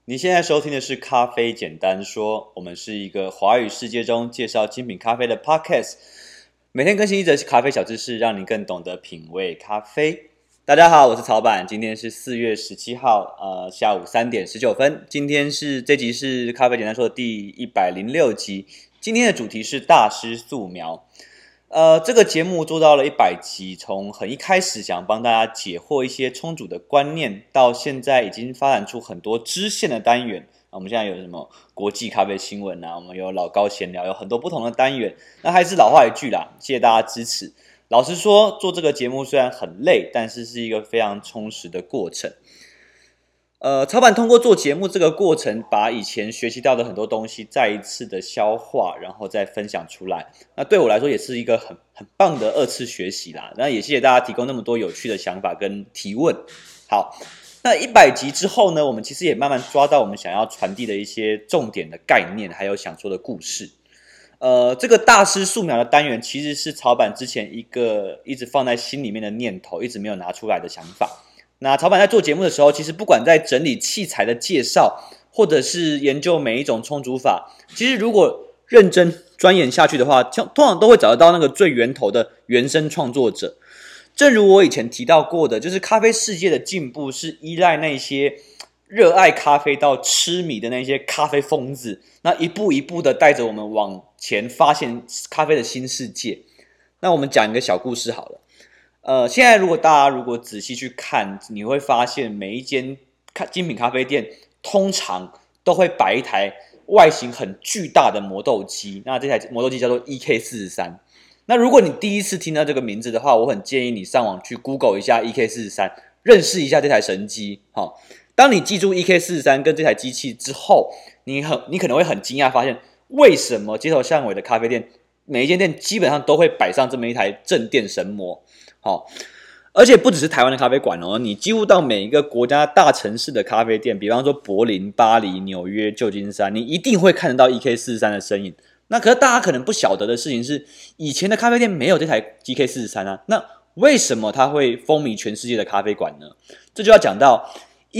你现在收听的是《咖啡简单说》，我们是一个华语世界中介绍精品咖啡的 podcast，每天更新一则咖啡小知识，让你更懂得品味咖啡。大家好，我是曹板，今天是4月17号，下午3点19分。这集是《咖啡简单说》的第106集，今天的主题是大师素描。这个节目做到了100集，从一开始想帮大家解惑一些冲煮的观念，到现在已经发展出很多支线的单元。我们现在有什么国际咖啡新闻啊，我们有老高闲聊，有很多不同的单元。那还是老话一句啦，谢谢大家支持。老实说，做这个节目虽然很累，但是是一个非常充实的过程。曹板通过做节目这个过程，把以前学习到的很多东西再一次的消化，然后再分享出来。那对我来说也是一个很棒的2次学习啦。那也谢谢大家提供那么多有趣的想法跟提问。好，那100集之后呢，我们其实也慢慢抓到我们想要传递的一些重点的概念，还有想说的故事。这个大师素描的单元其实是曹板之前一个一直放在心里面的念头，一直没有拿出来的想法。那曹板在做节目的时候，其实不管在整理器材的介绍，或者是研究每一种冲煮法，其实如果认真钻研下去的话，通常都会找得到那个最源头的原生创作者。正如我以前提到过的，就是咖啡世界的进步是依赖那些热爱咖啡到痴迷的那些咖啡疯子，那一步一步的带着我们往前发现咖啡的新世界。那我们讲一个小故事好了。现在大家如果仔细去看，你会发现每一间精品咖啡店通常都会摆一台外形很巨大的磨豆机，那这台磨豆机叫做 EK43。那如果你第一次听到这个名字的话，我很建议你上网去 Google 一下 EK43， 认识一下这台神机。当你记住 EK43 跟这台机器之后，你可能会很惊讶发现，为什么街头巷尾的咖啡店每一间店基本上都会摆上这么一台镇店神魔。而且不只是台湾的咖啡馆哦，你几乎到每一个国家大城市的咖啡店，比方说柏林、巴黎、纽约、旧金山，你一定会看得到 EK43 的身影。那可是大家可能不晓得的事情是，以前的咖啡店没有这台 EK43 啊，那为什么它会风靡全世界的咖啡馆呢？这就要讲到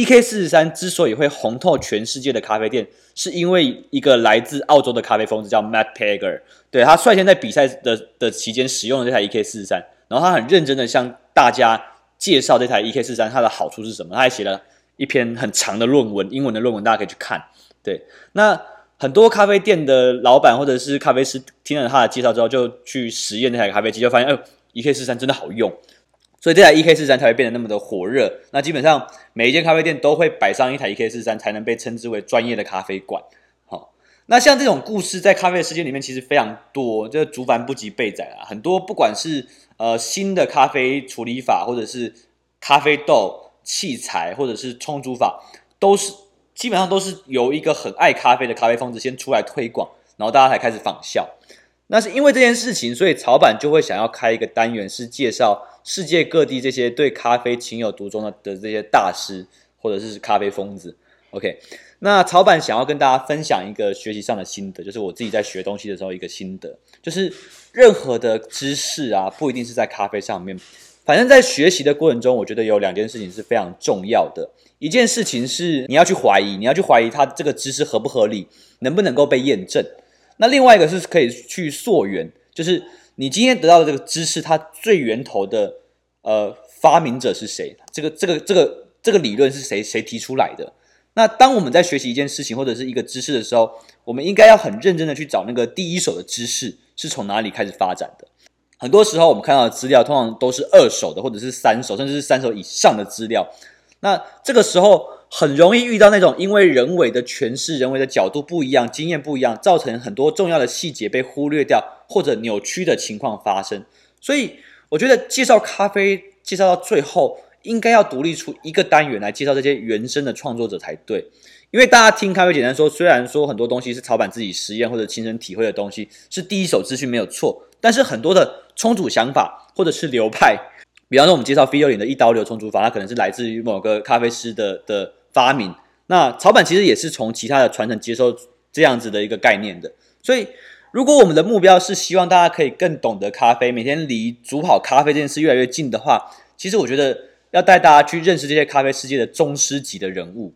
EK43 之所以会红透全世界的咖啡店，是因为一个来自澳洲的咖啡疯子叫 Matt Pager， 对，他率先在比赛的期间使用了这台 EK43。然后他很认真的向大家介绍这台 EK43 它的好处是什么，他还写了一篇很长的论文，英文的论文，大家可以去看。对，那很多咖啡店的老板或者是咖啡师听了他的介绍之后，就去实验这台咖啡机，就发现EK43 真的好用，所以这台 EK43 才会变得那么的火热。那基本上每一间咖啡店都会摆上一台 EK43， 才能被称之为专业的咖啡馆。那像这种故事在咖啡的世界里面其实非常多，这竹繁不及备载啦。很多不管是新的咖啡处理法，或者是咖啡豆器材，或者是冲煮法，基本上都是由一个很爱咖啡的咖啡疯子先出来推广，然后大家才开始仿效。那是因为这件事情，所以曹板就会想要开一个单元，是介绍世界各地这些对咖啡情有独钟的这些大师，或者是咖啡疯子。OK， 那曹板想要跟大家分享一个学习上的心得，就是我自己在学东西的时候一个心得，就是任何的知识啊，不一定是在咖啡上面，反正在学习的过程中，我觉得有2件事情是非常重要的。一件事情是你要去怀疑它这个知识合不合理，能不能够被验证。那另外一个是可以去溯源，就是你今天得到的这个知识，它最源头的发明者是谁？这个理论是谁提出来的？那当我们在学习一件事情或者是一个知识的时候，我们应该要很认真的去找那个第一手的知识是从哪里开始发展的。很多时候我们看到的资料通常都是2手的，或者是3手，甚至是3手以上的资料。那这个时候很容易遇到那种因为人为的诠释、人为的角度不一样、经验不一样，造成很多重要的细节被忽略掉或者扭曲的情况发生。所以我觉得介绍咖啡介绍到最后，应该要独立出一个单元来介绍这些原生的创作者才对。因为大家听咖啡简单说，虽然说很多东西是曹板自己实验或者亲身体会的东西，是第一手资讯没有错，但是很多的冲煮想法或者是流派，比方说我们介绍 V60 的一刀流冲煮法，它可能是来自于某个咖啡师的发明。那曹板其实也是从其他的传承接受这样子的一个概念的。所以如果我们的目标是希望大家可以更懂得咖啡，每天离煮好咖啡这件事越来越近的话，其实我觉得要带大家去认识这些咖啡世界的宗师级的人物。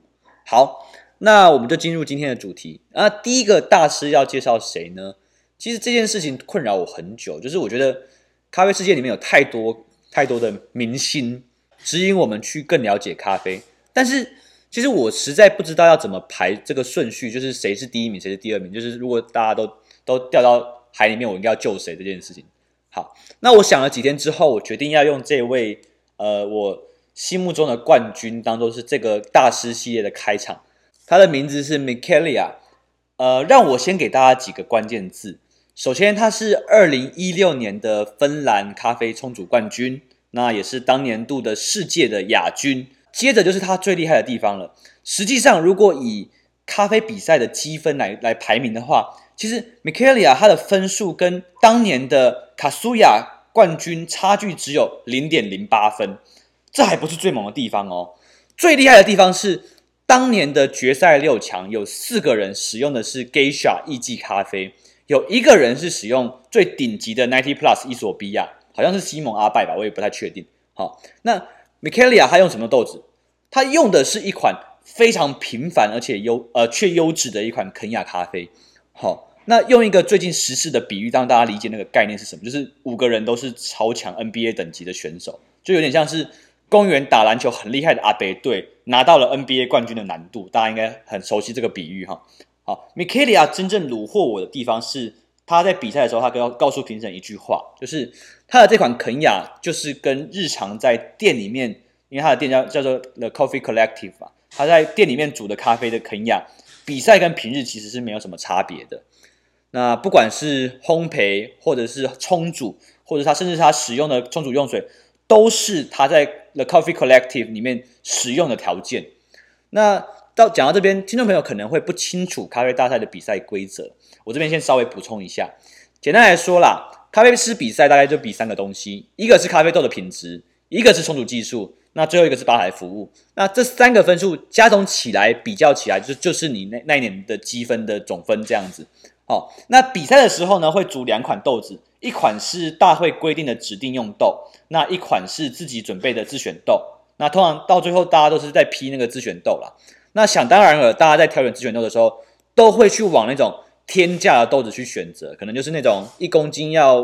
好，那我们就进入今天的主题。第一个大师要介绍谁呢？其实这件事情困扰我很久，就是我觉得咖啡世界里面有太多的明星，指引我们去更了解咖啡。但是其实我实在不知道要怎么排这个顺序，就是谁是第一名，谁是第二名。就是如果大家都掉到海里面，我应该要救谁这件事情。好，那我想了几天之后，我决定要用这位我心目中的冠军当做是这个大师系列的开场。他的名字是 Michelia。让我先给大家几个关键字。首先，他是2016年的芬兰咖啡冲煮冠军，那也是当年度的世界的亚军。接着就是他最厉害的地方了。实际上，如果以咖啡比赛的积分来排名的话，其实 Michelia 他的分数跟当年的卡苏亚冠军差距只有 0.08 分，这还不是最猛的地方哦。最厉害的地方是，当年的决赛6强有4个人使用的是 Geisha 艺妓咖啡，有1个人是使用最顶级的 90 Plus 伊索比亚，好像是西蒙阿拜吧，我也不太确定。好，那 Michelia 他用什么豆子？他用的是一款非常平凡而且却优质的一款肯亚咖啡。好，那用一个最近时事的比喻，让大家理解那个概念是什么，就是5个人都是超强 NBA 等级的选手，就有点像是公园打篮球很厉害的阿北队拿到了 NBA 冠军的难度，大家应该很熟悉这个比喻哈。好 ，Michelia 真正虏获我的地方是，他在比赛的时候，他告诉评审一句话，就是他的这款肯亚就是跟日常在店里面，因为他的店叫做 The Coffee Collective 嘛，他在店里面煮的咖啡的肯亚，比赛跟平日其实是没有什么差别的。那不管是烘焙，或者是冲煮，或者甚至他使用的冲煮用水，都是他在 The Coffee Collective 里面使用的条件。那讲到这边，听众朋友可能会不清楚咖啡大赛的比赛规则，我这边先稍微补充一下。简单来说啦，咖啡师比赛大概就比3个东西，一个是咖啡豆的品质，一个是冲煮技术，那最后一个是吧台服务。那这3个分数加总起来，比较起来就是你那一年的积分的总分这样子。好，那比赛的时候呢，会煮2款豆子，一款是大会规定的指定用豆，那一款是自己准备的自选豆。那通常到最后大家都是在批那个自选豆啦。那想当然了，大家在挑选自选豆的时候，都会去往那种天价的豆子去选择，可能就是那种1公斤要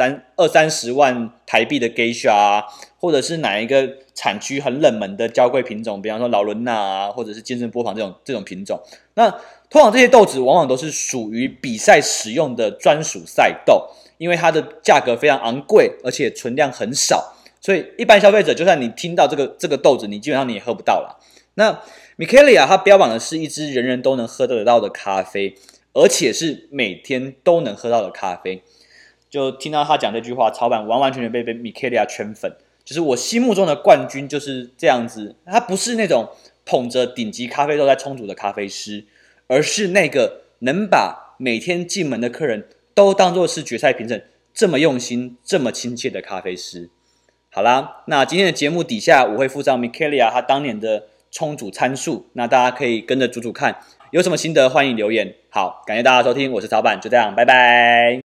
20-30万台币的 Geisha 啊，或者是哪一个产区很冷门的娇贵品种，比方说劳伦纳啊，或者是健身波旁这种品种。那通常这些豆子往往都是属于比赛使用的专属赛豆，因为它的价格非常昂贵，而且存量很少，所以一般消费者就算你听到这个豆子，你基本上你也喝不到啦。那 Michelia 它标榜的是一支人人都能喝得到的咖啡，而且是每天都能喝到的咖啡。就听到他讲这句话，曹板完全被 Michelia 圈粉。就是我心目中的冠军就是这样子，他不是那种捧着顶级咖啡豆在冲煮的咖啡师，而是那个能把每天进门的客人都当作是决赛评审，这么用心、这么亲切的咖啡师。好啦，那今天的节目底下我会附上 Michelia 他当年的冲煮参数，那大家可以跟着煮煮看，有什么心得欢迎留言。好，感谢大家收听，我是曹板，就这样，拜拜。